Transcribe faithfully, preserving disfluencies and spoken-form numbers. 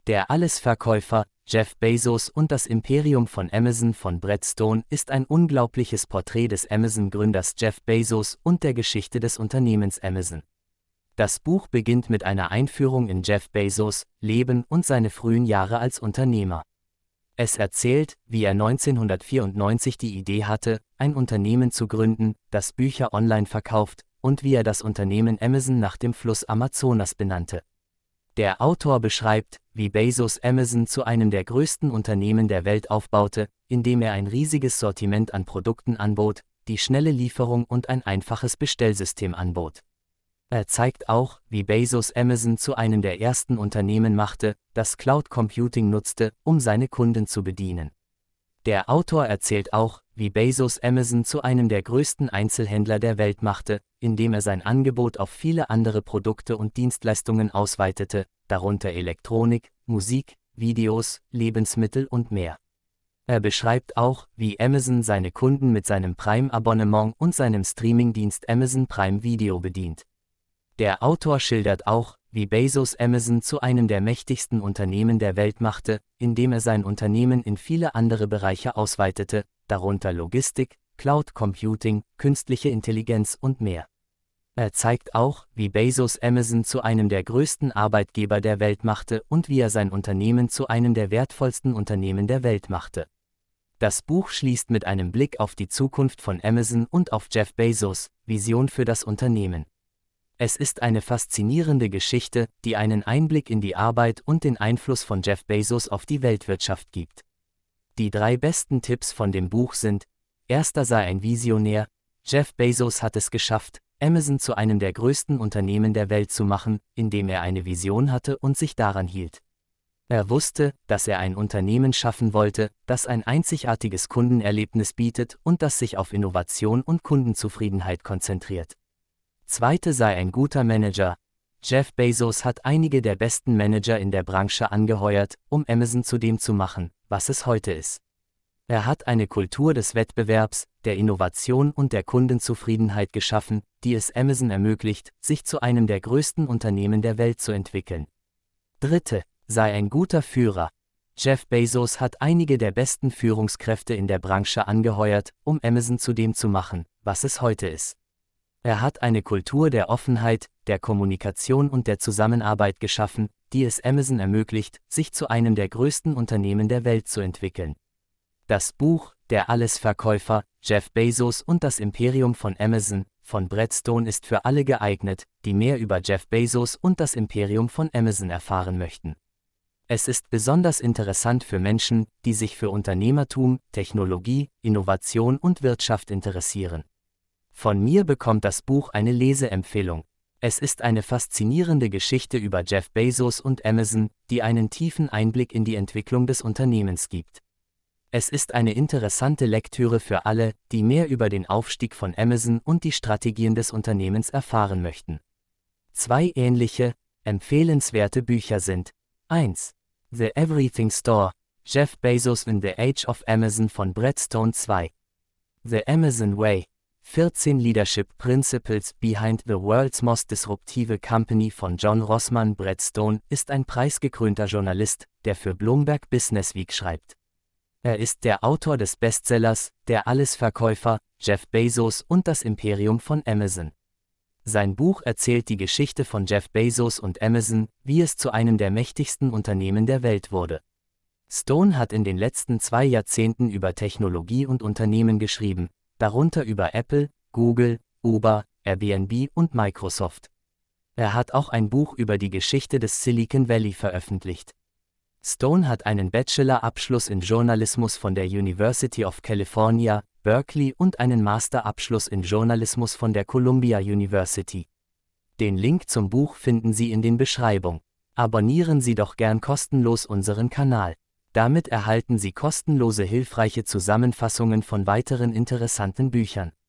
Der Allesverkäufer, Jeff Bezos und das Imperium von Amazon von Brett Stone ist ein unglaubliches Porträt des Amazon-Gründers Jeff Bezos und der Geschichte des Unternehmens Amazon. Das Buch beginnt mit einer Einführung in Jeff Bezos' Leben und seine frühen Jahre als Unternehmer. Es erzählt, wie er neunzehnhundertvierundneunzig die Idee hatte, ein Unternehmen zu gründen, das Bücher online verkauft, und wie er das Unternehmen Amazon nach dem Fluss Amazonas benannte. Der Autor beschreibt, wie Bezos Amazon zu einem der größten Unternehmen der Welt aufbaute, indem er ein riesiges Sortiment an Produkten anbot, die schnelle Lieferung und ein einfaches Bestellsystem anbot. Er zeigt auch, wie Bezos Amazon zu einem der ersten Unternehmen machte, das Cloud Computing nutzte, um seine Kunden zu bedienen. Der Autor erzählt auch, wie Bezos Amazon zu einem der größten Einzelhändler der Welt machte, indem er sein Angebot auf viele andere Produkte und Dienstleistungen ausweitete, darunter Elektronik, Musik, Videos, Lebensmittel und mehr. Er beschreibt auch, wie Amazon seine Kunden mit seinem Prime-Abonnement und seinem Streamingdienst Amazon Prime Video bedient. Der Autor schildert auch, wie Bezos Amazon zu einem der mächtigsten Unternehmen der Welt machte, indem er sein Unternehmen in viele andere Bereiche ausweitete, darunter Logistik, Cloud Computing, künstliche Intelligenz und mehr. Er zeigt auch, wie Bezos Amazon zu einem der größten Arbeitgeber der Welt machte und wie er sein Unternehmen zu einem der wertvollsten Unternehmen der Welt machte. Das Buch schließt mit einem Blick auf die Zukunft von Amazon und auf Jeff Bezos' Vision für das Unternehmen. Es ist eine faszinierende Geschichte, die einen Einblick in die Arbeit und den Einfluss von Jeff Bezos auf die Weltwirtschaft gibt. Die drei besten Tipps von dem Buch sind: Erster sei ein Visionär. Jeff Bezos hat es geschafft, Amazon zu einem der größten Unternehmen der Welt zu machen, indem er eine Vision hatte und sich daran hielt. Er wusste, dass er ein Unternehmen schaffen wollte, das ein einzigartiges Kundenerlebnis bietet und das sich auf Innovation und Kundenzufriedenheit konzentriert. Zweite sei ein guter Manager. Jeff Bezos hat einige der besten Manager in der Branche angeheuert, um Amazon zu dem zu machen, was es heute ist. Er hat eine Kultur des Wettbewerbs, der Innovation und der Kundenzufriedenheit geschaffen, die es Amazon ermöglicht, sich zu einem der größten Unternehmen der Welt zu entwickeln. Dritte, sei ein guter Führer. Jeff Bezos hat einige der besten Führungskräfte in der Branche angeheuert, um Amazon zu dem zu machen, was es heute ist. Er hat eine Kultur der Offenheit, der Kommunikation und der Zusammenarbeit geschaffen, die es Amazon ermöglicht, sich zu einem der größten Unternehmen der Welt zu entwickeln. Das Buch Der Allesverkäufer, Jeff Bezos und das Imperium von Amazon von Brett Stone ist für alle geeignet, die mehr über Jeff Bezos und das Imperium von Amazon erfahren möchten. Es ist besonders interessant für Menschen, die sich für Unternehmertum, Technologie, Innovation und Wirtschaft interessieren. Von mir bekommt das Buch eine Leseempfehlung. Es ist eine faszinierende Geschichte über Jeff Bezos und Amazon, die einen tiefen Einblick in die Entwicklung des Unternehmens gibt. Es ist eine interessante Lektüre für alle, die mehr über den Aufstieg von Amazon und die Strategien des Unternehmens erfahren möchten. Zwei ähnliche, empfehlenswerte Bücher sind: eins. The Everything Store, Jeff Bezos in the Age of Amazon von Brett Stone. zwei. The Amazon Way, vierzehn Leadership Principles Behind the World's Most Disruptive Company von John Rossmann. Brett Stone ist ein preisgekrönter Journalist, der für Bloomberg Businessweek schreibt. Er ist der Autor des Bestsellers Der Allesverkäufer, Jeff Bezos und das Imperium von Amazon. Sein Buch erzählt die Geschichte von Jeff Bezos und Amazon, wie es zu einem der mächtigsten Unternehmen der Welt wurde. Stone hat in den letzten zwei Jahrzehnten über Technologie und Unternehmen geschrieben, darunter über Apple, Google, Uber, Airbnb und Microsoft. Er hat auch ein Buch über die Geschichte des Silicon Valley veröffentlicht. Stone hat einen Bachelor-Abschluss in Journalismus von der University of California, Berkeley und einen Master-Abschluss in Journalismus von der Columbia University. Den Link zum Buch finden Sie in den Beschreibung. Abonnieren Sie doch gern kostenlos unseren Kanal. Damit erhalten Sie kostenlose hilfreiche Zusammenfassungen von weiteren interessanten Büchern.